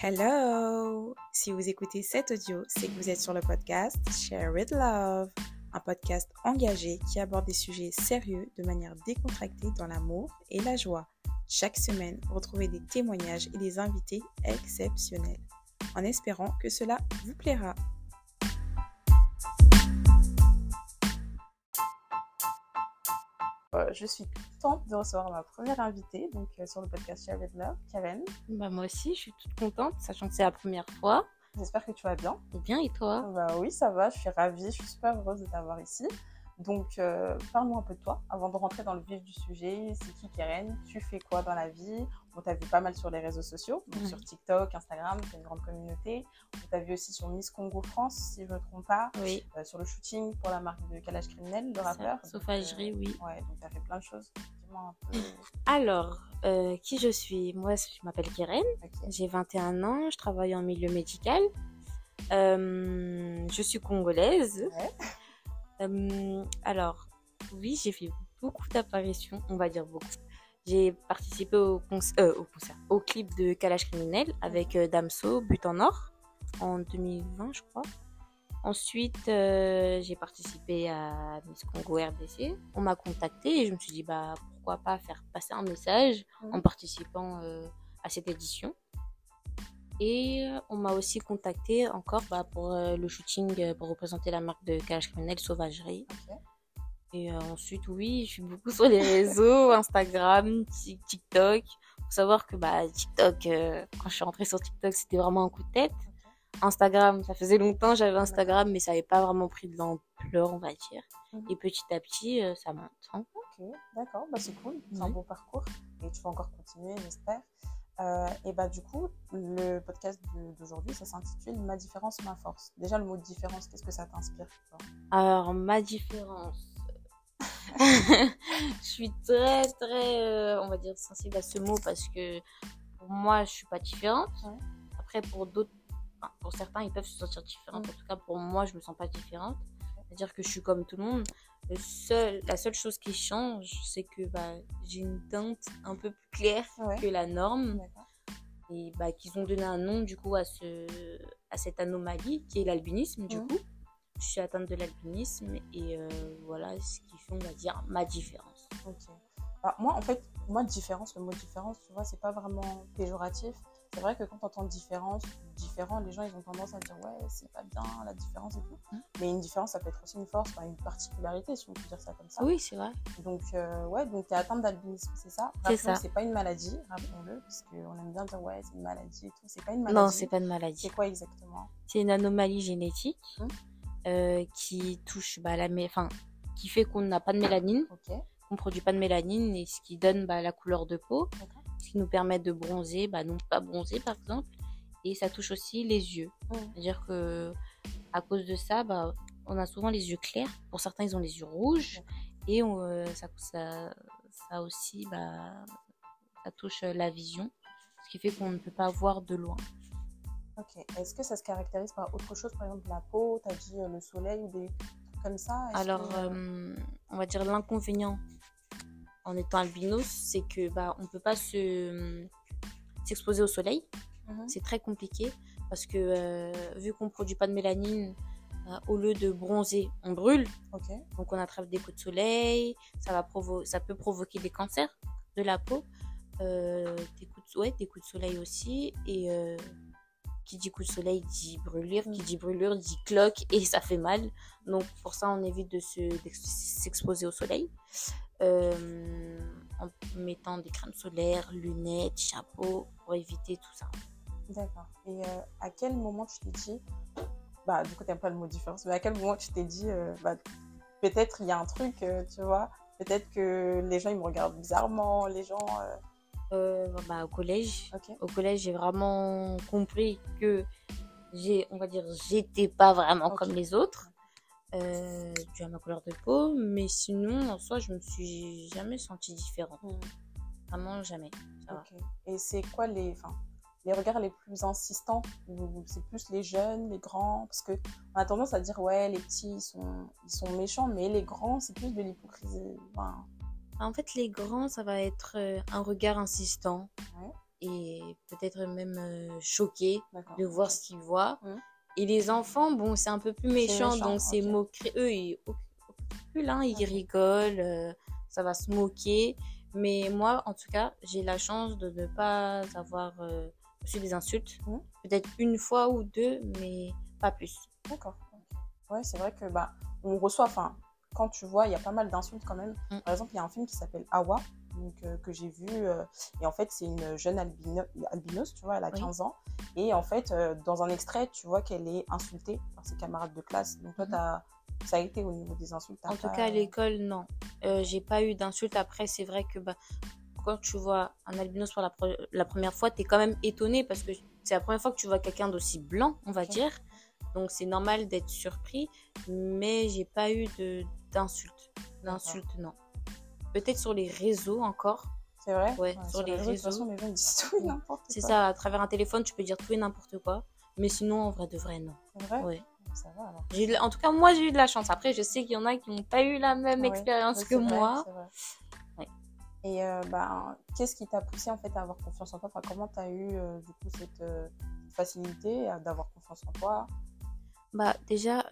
Hello! Si vous écoutez cet audio, c'est que vous êtes sur le podcast Share with Love, un podcast engagé qui aborde des sujets sérieux de manière décontractée dans l'amour et la joie. Chaque semaine, retrouvez des témoignages et des invités exceptionnels, en espérant que cela vous plaira. Je suis contente de recevoir ma première invitée sur le podcast Share with Love, Karen. Moi aussi, je suis toute contente, sachant que c'est la première fois. J'espère que tu vas bien. Et bien, et toi? Oui, ça va, je suis ravie, je suis super heureuse de t'avoir ici. Donc, parle-moi un peu de toi, avant de rentrer dans le vif du sujet. C'est qui Keren? Tu fais quoi dans la vie? On t'a vu pas mal sur les réseaux sociaux, donc sur TikTok, Instagram, tu as une grande communauté. On t'a vu aussi sur Miss Congo France, si je ne me trompe pas. Oui. Sur le shooting pour la marque de Kalash Criminel, le rappeur. Sauvagerie, oui. Ouais, donc tu as fait plein de choses. Dis-moi un peu. Alors, qui je suis? Moi, je m'appelle Keren, Okay. J'ai 21 ans, je travaille en milieu médical. Je suis congolaise. Ouais. Alors, oui, j'ai fait beaucoup d'apparitions, on va dire beaucoup. J'ai participé au clip de Kalash Criminel avec Damso, But en or, en 2020, je crois. Ensuite, j'ai participé à Miss Congo RDC. On m'a contactée et je me suis dit, pourquoi pas faire passer un message en participant à cette édition. Et on m'a aussi contacté encore pour le shooting pour représenter la marque de Kalash Criminel, Sauvagerie. Okay. Et ensuite, oui, je suis beaucoup sur les réseaux, Instagram, TikTok. Faut savoir que TikTok, quand je suis rentrée sur TikTok, c'était vraiment un coup de tête. Instagram, ça faisait longtemps j'avais Instagram, mais ça n'avait pas vraiment pris de l'ampleur, on va dire. Et petit à petit, ça monte. Ok, d'accord, c'est cool, c'est un beau parcours. Et tu vas encore continuer, j'espère. Et du coup, le podcast d'aujourd'hui, ça s'intitule Ma différence, ma force. Déjà, le mot différence, qu'est-ce que ça t'inspire? Alors, ma différence. Je suis très, très, on va dire, sensible à ce mot parce que pour moi, je suis pas différente. Ouais. Après, pour d'autres, pour certains, ils peuvent se sentir différents. En tout cas, pour moi, je me sens pas différente. C'est-à-dire que je suis comme tout le monde. La seule chose qui change, c'est que j'ai une teinte un peu plus claire que la norme. D'accord. Et qu'ils ont donné un nom du coup à cette anomalie qui est l'albinisme du coup. Je suis atteinte de l'albinisme et voilà ce qui fait, on va dire, ma différence. Ok. Moi, différence, le mot différence, tu vois, c'est pas vraiment péjoratif. C'est vrai que quand on entend différent, les gens, ils ont tendance à dire ouais, c'est pas bien, la différence et tout. Mais une différence, ça peut être aussi une force, une particularité, si on peut dire ça comme ça. Oui, c'est vrai. Donc, donc t'es atteinte d'albinisme, c'est ça? C'est ça. C'est pas une maladie, rappelons-le, parce qu'on aime bien dire ouais, c'est une maladie et tout. C'est pas une maladie. Non, c'est pas une maladie. C'est quoi exactement? C'est une anomalie génétique qui touche qui fait qu'on n'a pas de mélanine. Okay. On produit pas de mélanine et ce qui donne la couleur de peau. Okay. Ce qui nous permet de bronzer, non pas bronzer par exemple, et ça touche aussi les yeux. C'est-à-dire que à cause de ça, on a souvent les yeux clairs. Pour certains, ils ont les yeux rouges, et ça aussi, ça touche la vision, ce qui fait qu'on ne peut pas voir de loin. Ok. Est-ce que ça se caractérise par autre chose, par exemple la peau, t'as dit le soleil ou des trucs comme ça? Alors, on va dire l'inconvénient en étant albinos, c'est que on peut pas s'exposer au soleil. C'est très compliqué parce que vu qu'on produit pas de mélanine, au lieu de bronzer, on brûle. Okay. Donc on attrape des coups de soleil, ça peut provoquer des cancers de la peau, des coups de soleil aussi, et qui dit coup de soleil dit brûlure, qui dit brûlure dit cloque et ça fait mal. Donc pour ça on évite de s'exposer au soleil en mettant des crèmes solaires, lunettes, chapeau pour éviter tout ça. D'accord. Et à quel moment tu t'es dit, du coup t'aimes pas le mot différence, mais à quel moment tu t'es dit peut-être il y a un truc, tu vois, peut-être que les gens ils me regardent bizarrement, les gens... au collège. Okay. Au collège, j'ai vraiment compris que j'étais pas vraiment comme les autres, dû à ma couleur de peau, mais sinon, en soi, je me suis jamais sentie différente. Vraiment jamais. Ça va. Et c'est quoi les regards les plus insistants? C'est plus les jeunes, les grands? Parce qu'on a tendance à dire ouais, les petits, ils sont méchants, mais les grands, c'est plus de l'hypocrisie. En fait, les grands, ça va être un regard insistant. Ouais. Et peut-être même choqués D'accord. de voir Ok. ce qu'ils voient. Mhm. Et les enfants, bon, c'est un peu plus méchant, méchant, donc c'est ok. moquerie. Eux, ils occupent, hein, ils Ok. rigolent, ça va se moquer. Mais moi, en tout cas, j'ai la chance de ne pas avoir reçu des insultes. Mhm. Peut-être une fois ou deux, mais pas plus. D'accord. Ok. Ouais, c'est vrai que on reçoit, enfin, quand tu vois, il y a pas mal d'insultes quand même. Mm. Par exemple, il y a un film qui s'appelle Awa, donc, que j'ai vu, et en fait, c'est une jeune albinos, tu vois, elle a Oui. 15 ans, et en fait, dans un extrait, tu vois qu'elle est insultée par ses camarades de classe. Donc toi, ça a été au niveau des insultes, En tout cas, à l'école, non. J'ai pas eu d'insultes. Après, c'est vrai que quand tu vois un albinos pour la première fois, tu es quand même étonné parce que c'est la première fois que tu vois quelqu'un d'aussi blanc, on va Ok. dire. Donc, c'est normal d'être surpris. Mais j'ai pas eu d'insultes. D'insultes, non. Peut-être sur les réseaux encore. C'est vrai? Ouais, sur les les réseaux, de toute façon, réseaux. les gens ils disent tout et Mm. n'importe C'est quoi. ça, à travers un téléphone, tu peux dire tout et n'importe quoi. Mais sinon, en vrai de vrai, non. C'est vrai? Ouais. Ça va alors. En tout cas, moi, j'ai eu de la chance. Après, je sais qu'il y en a qui n'ont pas eu la même Oui, expérience oui, que c'est vrai, moi. c'est vrai. Ouais. Et qu'est-ce qui t'a poussé en fait à avoir confiance en toi? Enfin, comment tu as eu du coup cette facilité d'avoir confiance en toi? Déjà,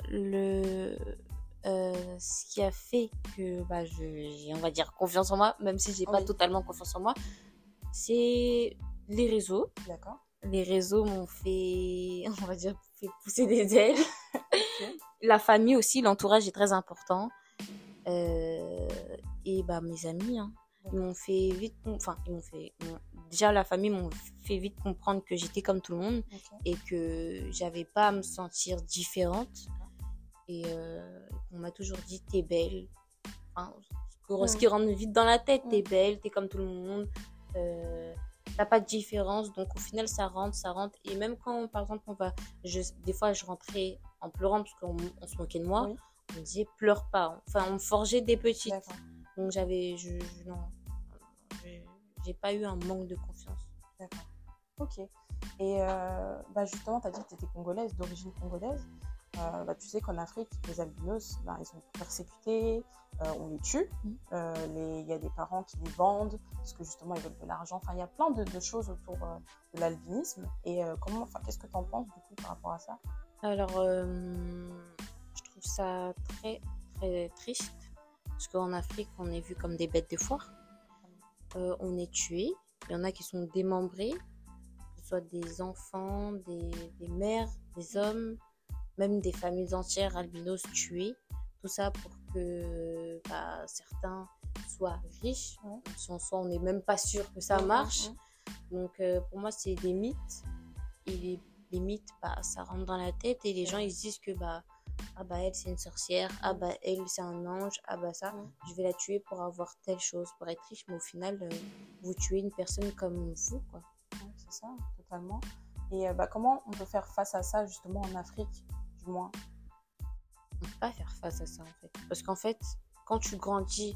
ce qui a fait que j'ai, on va dire, confiance en moi, même si j'ai pas Oui. totalement confiance en moi, c'est les réseaux. D'accord. Les réseaux m'ont fait, on va dire, fait pousser des ailes. Ok. La famille aussi, l'entourage est très important. Et mes amis, hein, ils m'ont fait vite, déjà la famille m'ont fait vite comprendre que j'étais comme tout le monde Ok. et que j'avais pas à me sentir différente. Et on m'a toujours dit t'es belle. Enfin, ce qui rentre vite dans la tête, t'es belle, t'es comme tout le monde. T'as pas de différence, donc au final ça rentre. Et même quand par exemple des fois je rentrais en pleurant parce qu'on se moquait de moi, Oui. on me disait pleure pas. Enfin, on me forgeait des petites. D'accord. Donc non, j'ai pas eu un manque de confiance. D'accord. Ok. Et justement, tu as dit que tu étais congolaise, d'origine congolaise. Tu sais qu'en Afrique, les albinos, ils sont persécutés, on les tue. Il y a des parents qui les vendent parce que justement, ils veulent de l'argent. Enfin, il y a plein de choses autour de l'albinisme. Et qu'est-ce que tu en penses du coup par rapport à ça? Alors, je trouve ça très, très triste parce qu'en Afrique, on est vu comme des bêtes de foire. On est tué. Il y en a qui sont démembrés, que ce soit des enfants, des mères, des hommes, même des familles entières albinos tuées. Tout ça pour que certains soient riches. Soit on n'est même pas sûr que ça marche. Donc, pour moi, c'est des mythes. Et les mythes, ça rentre dans la tête et les gens, ils se disent que elle, c'est une sorcière. Elle, c'est un ange. Je vais la tuer pour avoir telle chose, pour être riche. Mais au final, vous tuez une personne comme vous, quoi. C'est ça, totalement. Et comment on peut faire face à ça, justement, en Afrique, du moins? On ne peut pas faire face à ça, en fait. Parce qu'en fait, quand tu grandis,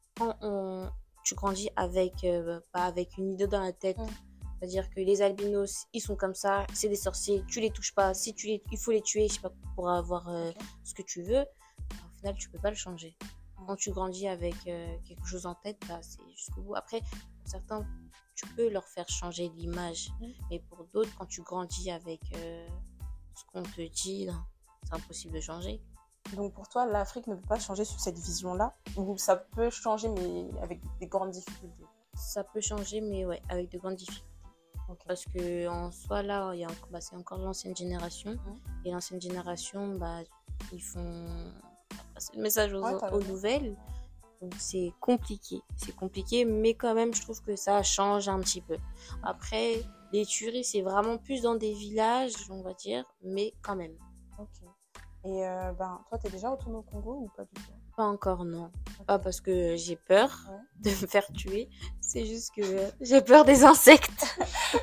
tu grandis avec, avec une idée dans la tête, c'est-à-dire que les albinos, ils sont comme ça, c'est des sorciers, tu les touches pas, il faut les tuer, je sais pas, pour avoir ce que tu veux, au final, tu peux pas le changer. Quand tu grandis avec quelque chose en tête, c'est jusqu'au bout. Après, pour certains, tu peux leur faire changer l'image, mais pour d'autres, quand tu grandis avec ce qu'on te dit, c'est impossible de changer. Donc pour toi, l'Afrique ne peut pas changer sur cette vision-là? Ou ça peut changer, mais avec des grandes difficultés? Ça peut changer, mais ouais, avec de grandes difficultés. Okay. Parce qu'en soi, là, c'est encore l'ancienne génération. Et l'ancienne génération, ils font passer le message aux nouvelles. Donc c'est compliqué. C'est compliqué, mais quand même, je trouve que ça change un petit peu. Après, les tueries, c'est vraiment plus dans des villages, on va dire, mais quand même. Ok. Et toi, t'es déjà retourné au Congo ou pas du tout? Pas encore, non. Okay. Pas parce que j'ai peur de me faire tuer. C'est juste que j'ai peur des insectes.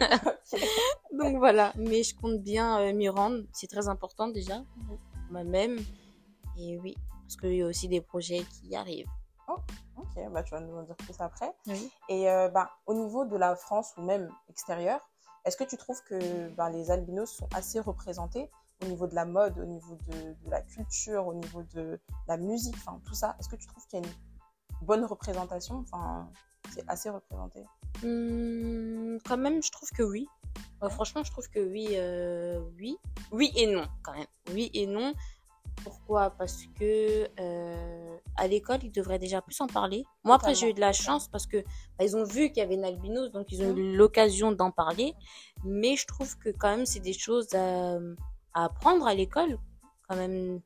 Donc voilà. Mais je compte bien m'y rendre. C'est très important déjà. Moi-même. Et oui, parce qu'il y a aussi des projets qui arrivent. Oh, ok. Tu vas nous en dire plus après. Oui. Et au niveau de la France ou même extérieure, est-ce que tu trouves que les albinos sont assez représentés au niveau de la mode, au niveau de la culture, au niveau de la musique, enfin tout ça? Est-ce que tu trouves qu'il y a une bonne représentation? Enfin, c'est assez représenté. Quand même, je trouve que oui. Franchement, je trouve que oui. Oui et non, quand même. Oui et non. Pourquoi? Parce que à l'école, ils devraient déjà plus en parler. Moi, après, j'ai eu de la chance parce que ils ont vu qu'il y avait une albinos, donc ils ont eu l'occasion d'en parler. Mais je trouve que quand même, c'est des choses à apprendre à l'école. Quand même,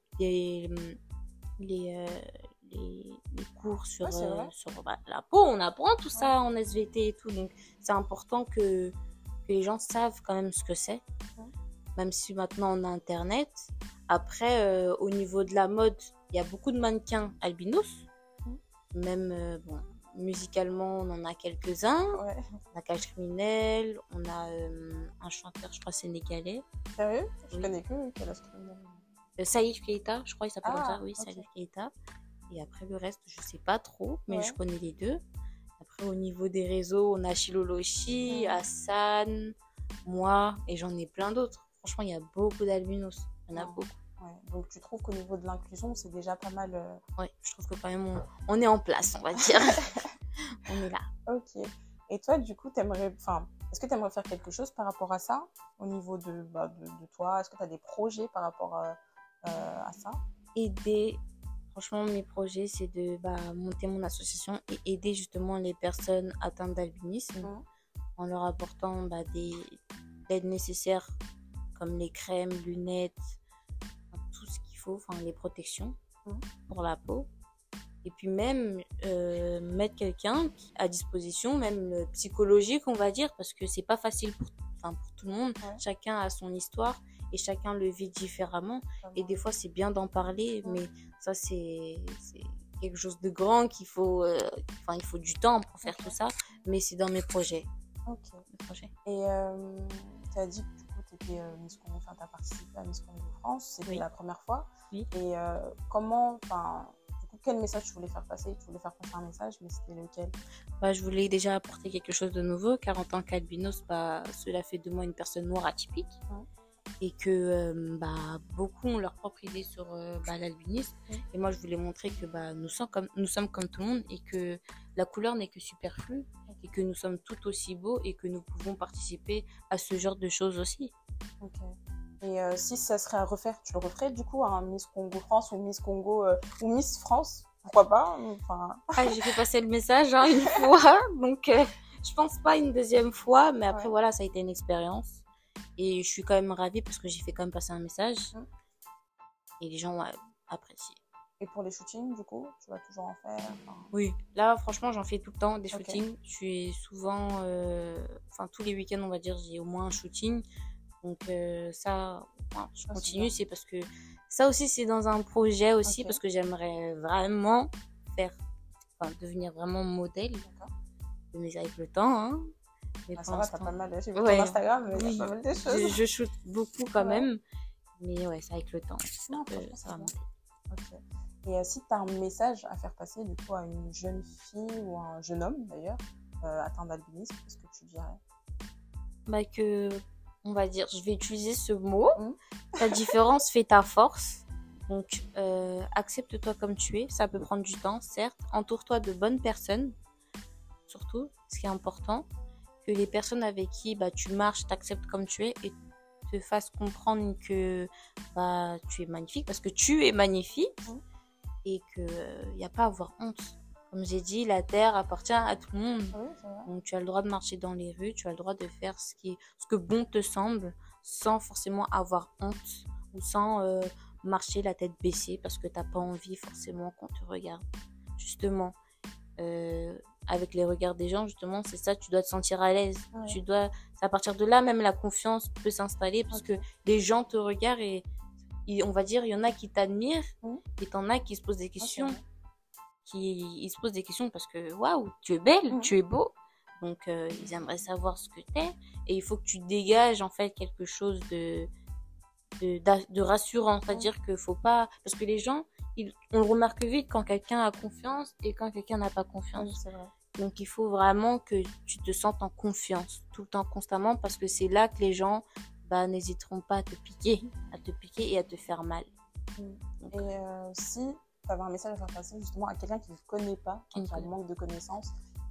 les, les cours sur, la peau, on apprend tout ça en SVT et tout. Donc, c'est important que les gens savent quand même ce que c'est. Même si maintenant on a Internet. Après, au niveau de la mode, il y a beaucoup de mannequins albinos. Même, musicalement, on en a quelques-uns. On a Cache Criminel, on a un chanteur, je crois, sénégalais. Sérieux? Je connais que Cache Criminel. Saïf Keita, je crois qu'il s'appelle comme ça. Oui, Saïf Keita. Et après, le reste, je sais pas trop, mais je connais les deux. Après, au niveau des réseaux, on a Chiloloshi, Hassan, moi, et j'en ai plein d'autres. Franchement, il y a beaucoup d'albinos. Il y en a beaucoup. Donc, tu trouves qu'au niveau de l'inclusion, c'est déjà pas mal. Oui, je trouve que quand même, on est en place, on va dire. On est là. Ok. Et toi, du coup, est-ce que tu aimerais faire quelque chose par rapport à ça, au niveau de toi? Est-ce que tu as des projets par rapport à ça? Aider. Franchement, mes projets, c'est de monter mon association et aider justement les personnes atteintes d'albinisme en leur apportant l'aide nécessaire comme les crèmes, lunettes, tout ce qu'il faut, les protections pour la peau. Et puis même mettre quelqu'un à disposition, même psychologique, on va dire, parce que c'est pas facile pour tout le monde. Chacun a son histoire et chacun le vit différemment. Et des fois, c'est bien d'en parler, mais ça, c'est quelque chose de grand qu'il faut... il faut du temps pour faire tout ça, mais c'est dans mes projets. Ok. Et tu as dit que du coup, tu étais Miss Congo, tu as participé à Miss Congo France, c'était la première fois. Oui. Et quel message tu voulais faire passer? Tu voulais faire passer un message, mais c'était lequel? Je voulais déjà apporter quelque chose de nouveau, car en tant qu'albinos, cela fait de moi une personne noire atypique. Et que beaucoup ont leur propre idée sur l'albinisme. Et moi, je voulais montrer que nous sommes comme tout le monde et que la couleur n'est que superflue et que nous sommes tout aussi beaux et que nous pouvons participer à ce genre de choses aussi. Ok. Et si ça serait à refaire, tu le referais du coup à Miss Congo France ou Miss Congo ou Miss France? Pourquoi pas? J'ai fait passer le message une fois, donc je pense pas une deuxième fois, mais après voilà, ça a été une expérience. Et je suis quand même ravie parce que j'ai fait quand même passer un message. Et les gens ont apprécié. Et pour les shootings, du coup, tu vas toujours en faire? Oui, là franchement j'en fais tout le temps des shootings. Je suis souvent, tous les week-ends on va dire, j'ai au moins un shooting. Donc ça, je continue, c'est parce que ça aussi c'est dans un projet aussi, parce que j'aimerais vraiment devenir vraiment modèle. Mais avec le temps, Mais ça va, t'as pas mal. J'ai vu ton Instagram, mais il y a pas mal de choses. Je shoot beaucoup quand même. Mais c'est avec le temps. Ça va monter. Ok. Et si tu as un message à faire passer du coup à une jeune fille ou à un jeune homme d'ailleurs atteint d'albinisme, qu'est-ce que tu dirais? On va dire, je vais utiliser ce mot. Ta différence fait ta force. Donc, accepte-toi comme tu es. Ça peut prendre du temps, certes. Entoure-toi de bonnes personnes. Surtout, ce qui est important. Que les personnes avec qui tu marches t'acceptent comme tu es et te fassent comprendre que tu es magnifique, parce que tu es magnifique et qu'il n'y a pas à avoir honte. Comme j'ai dit, la terre appartient à tout le monde. Donc tu as le droit de marcher dans les rues, tu as le droit de faire ce que bon te semble, sans forcément avoir honte ou sans marcher la tête baissée parce que tu n'as pas envie forcément qu'on te regarde. Justement, avec les regards des gens, justement, c'est ça, tu dois te sentir à l'aise. C'est à partir de là, même la confiance peut s'installer parce que les gens te regardent et on va dire, il y en a qui t'admirent et t'en as qui se posent des questions. Ils se posent des questions parce que, waouh, tu es belle, tu es beau. Donc, ils aimeraient savoir ce que t'es. Et il faut que tu dégages, en fait, quelque chose de rassurant. C'est-à-dire qu'il faut pas... Parce que les gens, on le remarque vite quand quelqu'un a confiance et quand quelqu'un n'a pas confiance. C'est vrai. Donc, il faut vraiment que tu te sentes en confiance tout le temps, constamment, parce que c'est là que les gens n'hésiteront pas à te piquer et à te faire mal. Donc, et si tu avais un message à faire passer justement à quelqu'un qui ne connaît pas, qui a un manque de connaissances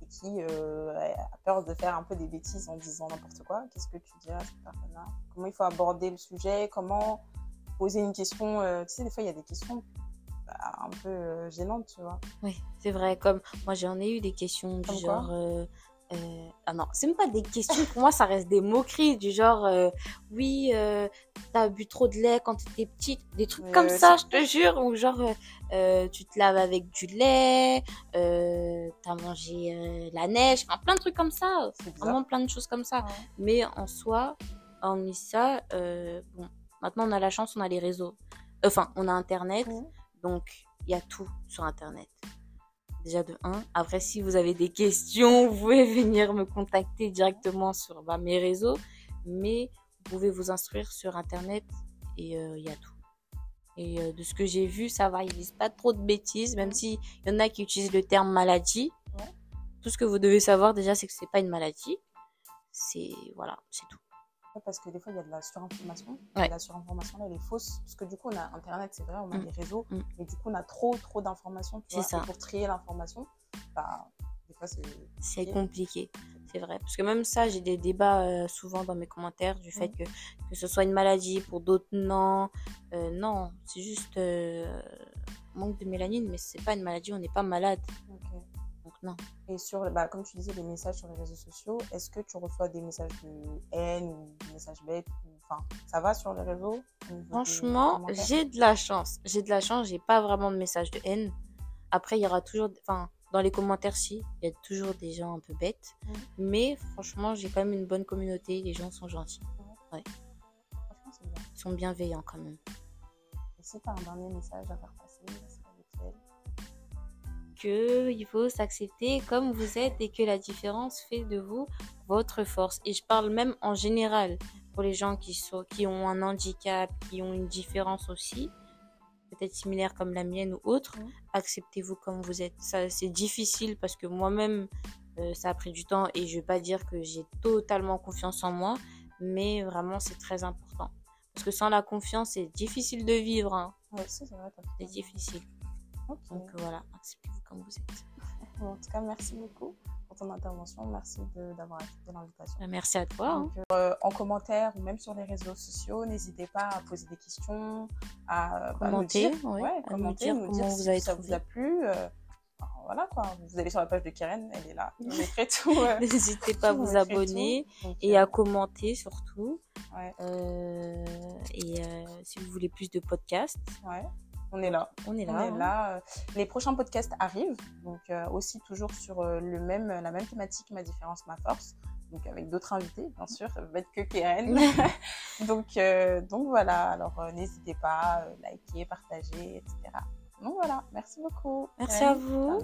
et qui a peur de faire un peu des bêtises en disant n'importe quoi. Qu'est-ce que tu dirais à cette personne-là? Comment il faut aborder le sujet? Comment poser une question? Tu sais, des fois, il y a des questions un peu gênantes, tu vois. Oui, c'est vrai. Comme moi, j'en ai eu des questions du Comme genre. quoi? Ah non, c'est même pas des questions. Pour moi, ça reste des moqueries du genre. Oui, t'as bu trop de lait quand t'étais petite. Des trucs comme ça, je te jure. Ou genre, tu te laves avec du lait. T'as mangé la neige. Enfin, plein de trucs comme ça. C'est bizarre. Vraiment plein de choses comme ça. Ouais. Mais en soi, hormis ça, bon, maintenant on a la chance, on a les réseaux. Enfin, on a Internet. Donc, il y a tout sur Internet. Déjà de 1. Après, si vous avez des questions, vous pouvez venir me contacter directement sur mes réseaux. Mais vous pouvez vous instruire sur Internet et il y a tout. Et de ce que j'ai vu, ça va. Ils disent pas trop de bêtises, même s'il y en a qui utilisent le terme maladie. Ouais. Tout ce que vous devez savoir déjà, c'est que c'est pas une maladie. Voilà, c'est tout. Parce que des fois, il y a de la surinformation. Ouais. Et la surinformation, là, elle est fausse. Parce que du coup, on a Internet, c'est vrai, on a les réseaux. Mais du coup, on a trop d'informations. Tu vois. Ça. Et pour trier l'information, des fois, c'est compliqué. C'est vrai. Parce que même ça, j'ai des débats souvent dans mes commentaires du fait que ce soit une maladie, pour d'autres, non. Non, c'est juste manque de mélanine, mais c'est pas une maladie, on n'est pas malade. Okay. Donc non. Et comme tu disais, les messages sur les réseaux sociaux, est-ce que tu reçois des messages de haine ou des messages bêtes? Enfin, ça va sur les réseaux? Franchement, j'ai de la chance. J'ai pas vraiment de messages de haine. Après, il y aura toujours... Enfin, dans les commentaires, il y a toujours des gens un peu bêtes. Mais franchement, j'ai quand même une bonne communauté. Les gens sont gentils. Ouais. Franchement, c'est bien. Ils sont bienveillants quand même. Et si tu as un dernier message à faire passer, c'est lequel? Qu'il faut s'accepter comme vous êtes et que la différence fait de vous votre force. Et je parle même en général pour les gens qui ont un handicap, qui ont une différence aussi, peut-être similaire comme la mienne ou autre. Acceptez-vous comme vous êtes. Ça, c'est difficile parce que moi-même, ça a pris du temps et je vais pas dire que j'ai totalement confiance en moi, mais vraiment, c'est très important. Parce que sans la confiance, c'est difficile de vivre. Hein. Ouais, c'est vrai. C'est difficile. Okay. Donc voilà, acceptez-vous comme vous êtes. En tout cas, merci beaucoup pour ton intervention. Merci d'avoir accepté l'invitation. Merci à toi. Donc, en commentaire ou même sur les réseaux sociaux, n'hésitez pas à poser des questions, à commenter, nous dire comment vous avez si ça trouvé. vous a plu. Voilà quoi, vous allez sur la page de Keren, elle est là. Je mettrai tout. N'hésitez pas à vous abonner et à commenter surtout. Ouais. Et si vous voulez plus de podcasts. Ouais. On est là. Les prochains podcasts arrivent, donc aussi toujours sur la même thématique, ma différence, ma force, donc avec d'autres invités, bien sûr, ça va être que Keren. donc voilà, alors n'hésitez pas, liker, partager, etc. Donc voilà, merci beaucoup. Merci à vous.